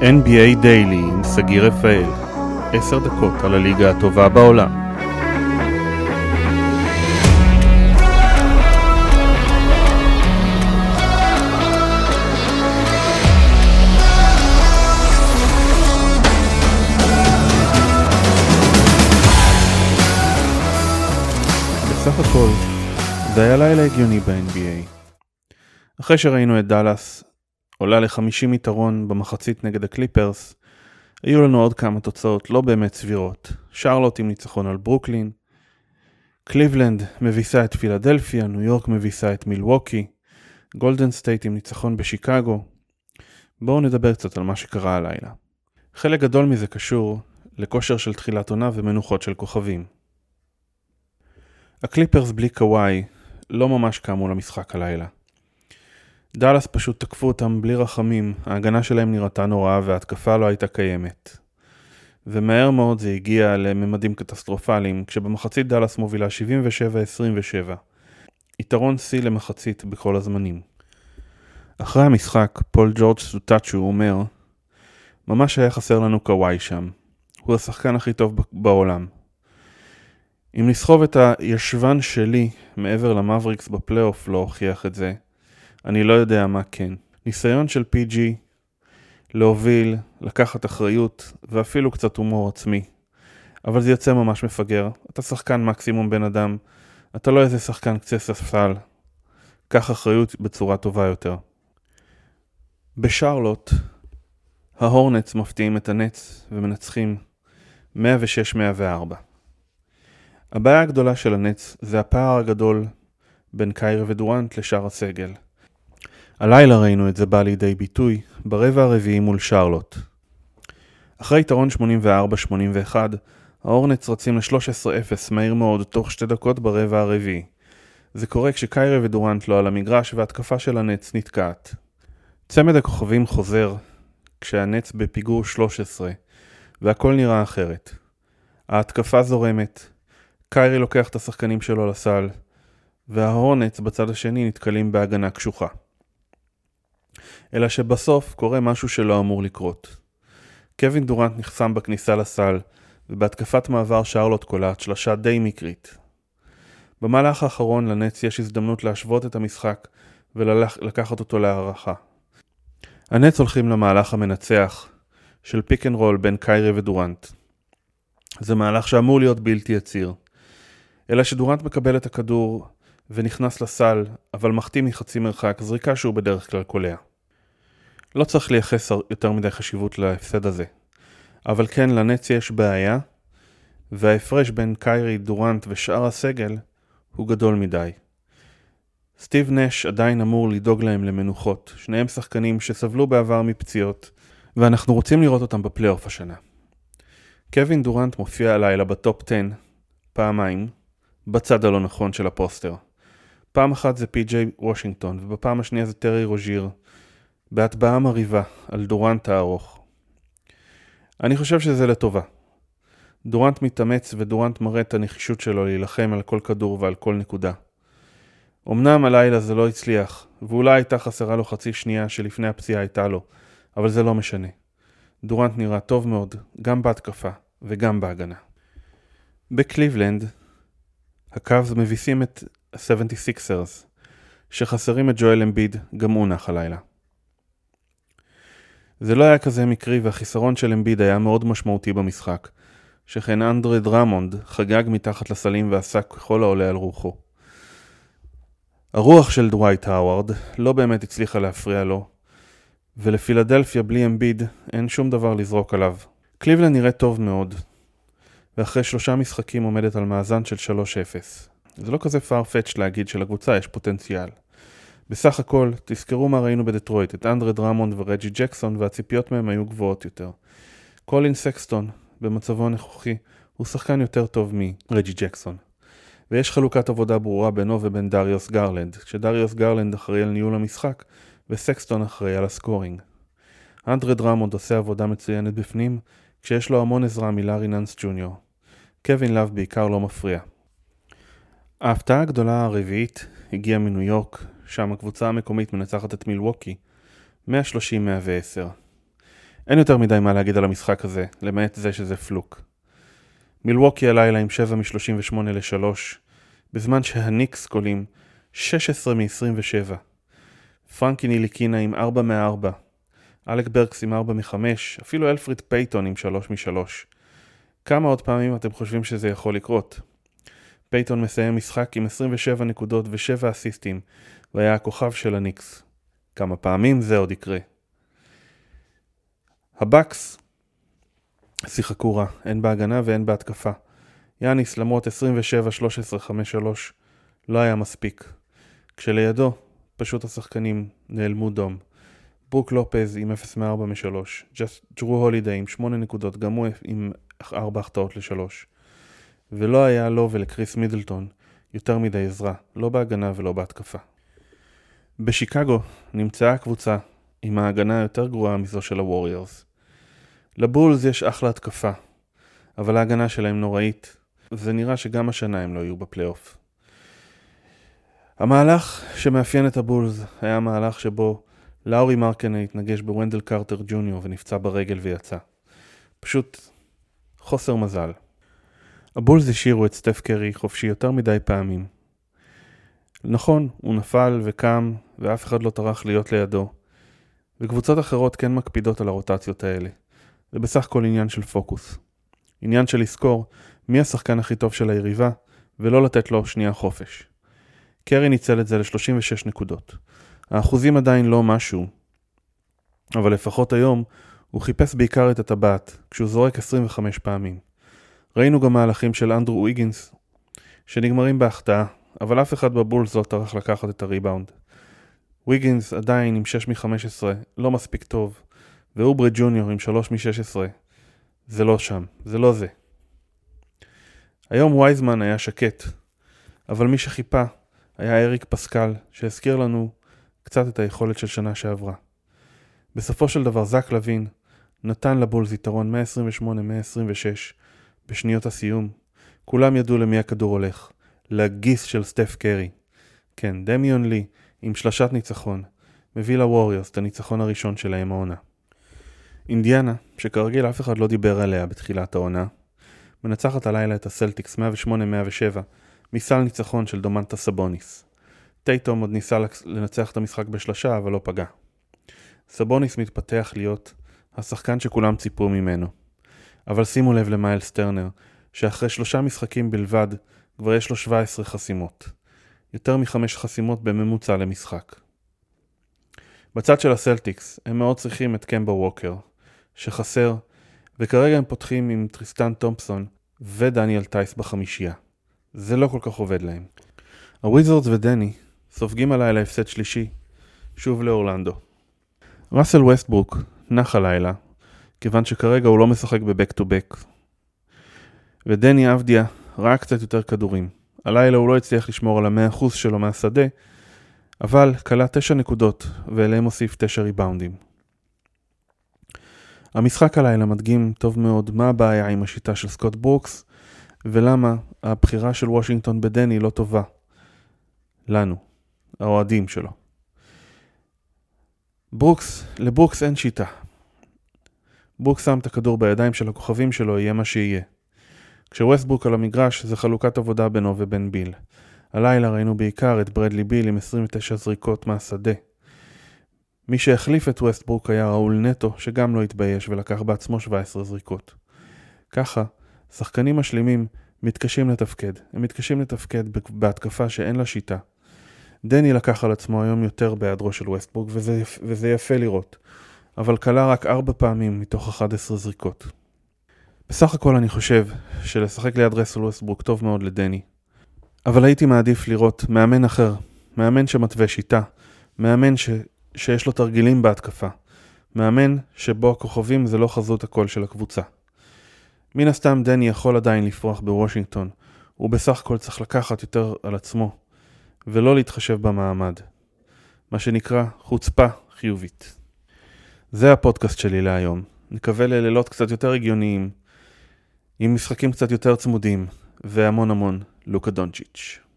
NBA Daily עם סגיר רפאל, 10 דקות על הליגה הטובה בעולם. בסך הכל, זה היה לילה הגיוני ב-NBA. אחרי שראינו את דאלאס עולה ל-50 יתרון במחצית נגד הקליפרס, היו לנו עוד כמה תוצאות לא באמת סבירות. שרלוט עם ניצחון על ברוקלין, קליבלנד מביסה את פילדלפיה, ניו יורק מביסה את מילווקי, גולדן סטייט עם ניצחון בשיקגו. בואו נדבר קצת על מה שקרה הלילה. חלק גדול מזה קשור לכושר של תחילת עונה ומנוחות של כוכבים. הקליפרס בלי קוואי לא ממש קמו למשחק הלילה. דאלאס פשוט תקפו אותם בלי רחמים, ההגנה שלהם נראתה נוראה וההתקפה לא הייתה קיימת. ומהר מאוד זה הגיע לממדים קטסטרופליים, כשבמחצית דאלאס מובילה 77-27. יתרון שיא למחצית בכל הזמנים. אחרי המשחק, פול ג'ורג' סוטאצ'ו אומר, ממש היה חסר לנו קוואי שם. הוא השחקן הכי טוב בעולם. אם נסחוב את הישבן שלי מעבר למאבריקס בפלייאוף לא הוכיח את זה, אני לא יודע מה כן. ניסיון של PG להוביל, לקחת אחריות ואפילו קצת הומור עצמי. אבל זה יוצא ממש מפגר. אתה שחקן מקסימום בן אדם, אתה לא איזה שחקן קצה ספסל. קח אחריות בצורה טובה יותר. בשרלוט, ההורנטס מפתיעים את הנץ ומנצחים 106-104. הבעיה הגדולה של הנץ זה הפער הגדול בין קיירי ודורנט לשאר הסגל. הלילה ראינו את זה בא לידי ביטוי ברבע הרביעי מול שרלוט. אחרי יתרון 84-81, ההורנטס רצים ל-13-0 מהיר מאוד תוך 2 דקות ברבע הרביעי. זה קורה כשקיירי ודורנט לא על המגרש וההתקפה של הנץ נתקעת. צמד הכוכבים חוזר כשהנץ בפיגור 13 והכל נראה אחרת. ההתקפה זורמת, קיירי לוקח את השחקנים שלו לסל וההורנטס בצד השני נתקלים בהגנה קשוחה. אלא שבסוף קורה משהו שלא אמור לקרות. קווין דורנט נחסם בכניסה לסל, ובהתקפת מעבר שרלוט קולט שלשה די מקרית. במהלך האחרון לנץ יש הזדמנות להשוות את המשחק ולקחת אותו להערכה. הנץ הולכים למהלך המנצח של פיק אנד רול בין קיירי ודורנט. זה מהלך שאמור להיות בלתי יציר. אלא שדורנט מקבל את הכדור ונכנס לסל, אבל מחטיא מחצי מרחק, זריקה שהוא בדרך כלל קולע. לא צריך לייחס יותר מדי חשיבות להפסד הזה. אבל כן, לנץ יש בעיה, וההפרש בין קיירי, דורנט ושאר הסגל הוא גדול מדי. סטיב נש עדיין אמור לדאוג להם למנוחות. שניהם שחקנים שסבלו בעבר מפציעות, ואנחנו רוצים לראות אותם בפלייאוף השנה. קווין דורנט מופיע הלילה בטופ 10 פעמיים, בצד הלא נכון של הפוסטר. פעם אחת זה פי.ג'יי וושינגטון, ובפעם השנייה זה טרי רוז'יר, בהטבעה מריבה על דורנט הארוך. אני חושב שזה לטובה. דורנט מתאמץ ודורנט מראה את הנחישות שלו להילחם על כל כדור ועל כל נקודה. אמנם הלילה זה לא הצליח, ואולי הייתה חסרה לו חצי שנייה שלפני הפציעה הייתה לו, אבל זה לא משנה. דורנט נראה טוב מאוד, גם בהתקפה וגם בהגנה. בקליבלנד, הקאבס מביסים את 76ers, שחסרים את ג'ואל אמביד, גם הוא נח הלילה. זה לא היה כזה מקרי והחיסרון של אמביד היה מאוד משמעותי במשחק, שכן אנדרי דרמונד חגג מתחת לסלים ועסק ככל העולה על רוחו. הרוח של דווייט האוורד לא באמת הצליחה להפריע לו, ולפילדלפיה בלי אמביד אין שום דבר לזרוק עליו. קליבלנד נראה טוב מאוד, ואחרי 3 משחקים עומדת על מאזן של 3-0. זה לא כזה farfetch להגיד שלקבוצה יש פוטנציאל. בסך הכל, תזכרו מה ראינו בדטרויט, את אנדרי דרמונד ורג'י ג'קסון, והציפיות מהם היו גבוהות יותר. קולין סקסטון, במצבו הנוכחי, הוא שחקן יותר טוב מרג'י ג'קסון. ויש חלוקת עבודה ברורה בינו ובין דריוס גרלנד, כשדריוס גרלנד אחראי על ניהול המשחק, וסקסטון אחראי על הסקורינג. אנדרי דרמונד עושה עבודה מצוינת בפנים, כשיש לו המון עזרה מלארי ננס ג'וניור. קווין לאב בעיקר לא מפריע. ההפתעה הגדולה הרביעית הגיעה מניו יורק, שם הקבוצה המקומית מנצחת את מילווקי 130-110. אין יותר מדי מה להגיד על המשחק הזה, למעט זה שזה פלוק. מילווקי הלילה עם 7 מ-38 ל-3, בזמן שהניקס קולים 16 מ-27. פרנקי ניליקינה עם 4 מ-4, אלק ברקס עם 4 מ-5, אפילו אלפריד פייטון עם 3 מ-3. כמה עוד פעמים אתם חושבים שזה יכול לקרות? פייטון מסיים משחק עם 27 נקודות ו7 אסיסטים, והיה הכוכב של הניקס. כמה פעמים זה עוד יקרה? הבקס שיחקו רע, הן בהגנה והן בהתקפה. יאניס למרות 27, 13, 5, 3 לא היה מספיק. כשלידו פשוט השחקנים נעלמו דום. ברוק לופז עם 0 מ-4 מ-3, ג'רו הולידי עם 8 נקודות, גם הוא עם 4 החטאות ל-3. ולא היה לו ולקריס מידלטון יותר מדי עזרה, לא בהגנה ולא בהתקפה. בשיקגו נמצאה הקבוצה עם ההגנה יותר גרועה מזו של הווריורס. לבולס יש אחלה התקפה, אבל ההגנה שלהם נוראית, וזה נראה שגם השנה הם לא יהיו בפלייאוף. המהלך שמאפיין את הבולס היה מהלך שבו לאורי מרקנן התנגש בוונדל קרטר ג'וניור ונפצע ברגל ויצא. פשוט חוסר מזל. הבולס השאירו את סטף קרי חופשי יותר מדי פעמים. נכון, הוא נפל וקם ואף אחד לא טרח להיות לידו, וקבוצות אחרות כן מקפידות על הרוטציות האלה. זה בסך הכל עניין של פוקוס. עניין של לזכור מי השחקן הכי טוב של היריבה, ולא לתת לו שנייה חופש. קרי ניצל את זה ל-36 נקודות. האחוזים עדיין לא משהו, אבל לפחות היום הוא חיפש בעיקר את הטבעת, כשהוא זורק 25 פעמים. ראינו גם מהלכים של אנדרו ויגינס, שנגמרים בהחטאה, אבל אף אחד בבולס לא טרח לקחת את הריבאונד. ויגינס עדיין עם 6 מ-15, לא מספיק טוב, ואוברה ג'וניור עם 3 מ-16, זה לא שם, זה לא זה. היום וייזמן היה שקט, אבל מי שחיפה היה אריק פסקל, שהזכיר לנו קצת את היכולת של שנה שעברה. בסופו של דבר זק לוין נתן לבולס יתרון 128-126 בשניות הסיום. כולם ידעו למי הכדור הולך, לגיס של סטף קרי. כן, דמיון לי עם שלשת ניצחון, מביא לווריורס את הניצחון הראשון שלהם העונה. אינדיאנה, שכרגיל אף אחד לא דיבר עליה בתחילת העונה, מנצחת הלילה את הסלטיקס 108-107 מסל ניצחון של דומנטה סבוניס. טייטום עוד ניסה לנצח את המשחק בשלשה, אבל לא פגע. סבוניס מתפתח להיות השחקן שכולם ציפו ממנו. אבל שימו לב למיילס טרנר, שאחרי 3 משחקים בלבד כבר יש לו 17 חסימות. יותר מ5 חסימות בממוצע למשחק. בצד של הסלטיקס הם מאוד צריכים את קמבה ווקר, שחסר, וכרגע הם פותחים עם טריסטן תומפסון ודניאל טייס בחמישייה. זה לא כל כך עובד להם. הוויזרדס ודני סופגים הלילה הפסד שלישי, שוב לאורלנדו. ראסל ווסטברוק נח הלילה, כיוון שכרגע הוא לא משחק בבק טו בק. ודני אבדיה ראה קצת יותר כדורים. הלילה הוא לא הצליח לשמור על 100% שלו מהשדה, אבל קלה 9 נקודות, ואליהם הוסיף 9 ריבאונדים. המשחק הלילה מדגים טוב מאוד מה הבעיה עם השיטה של סקוט ברוקס, ולמה הבחירה של וושינגטון בדני לא טובה. לנו, האוהדים שלו. לברוקס אין שיטה. ברוקס שם את הכדור בידיים של הכוכבים שלו, יהיה מה שיהיה. כשווסטברוק על המגרש זה חלוקת עבודה בינו ובין ביל. הלילה ראינו בעיקר את ברדלי ביל עם 29 זריקות מהשדה. מי שהחליף את ווסטברוק היה ראול נטו, שגם לא התבייש ולקח בעצמו 17 זריקות. ככה, שחקנים משלימים מתקשים לתפקד. הם מתקשים לתפקד בהתקפה שאין לה שיטה. דני לקח על עצמו היום יותר בהיעדרו של ווסטברוק, וזה יפה לראות. אבל קלה רק 4 פעמים מתוך 11 זריקות. בסך הכל אני חושב שלשחק ליד רסל ווסטברוק טוב מאוד לדני. אבל הייתי מעדיף לראות מאמן אחר, מאמן שמתווה שיטה, מאמן שיש לו תרגילים בהתקפה, מאמן שבו הכוכבים זה לא חזות הכל של הקבוצה. מן הסתם דני יכול עדיין לפרוח בוושינגטון, הוא בסך הכל צריך לקחת יותר על עצמו, ולא להתחשב במעמד. מה שנקרא חוצפה חיובית. זה הפודקאסט שלי להיום. נקווה ללילות קצת יותר הגיוניים, עם משחקים קצת יותר צמודים, והמון המון לוקה דונצ'יץ'.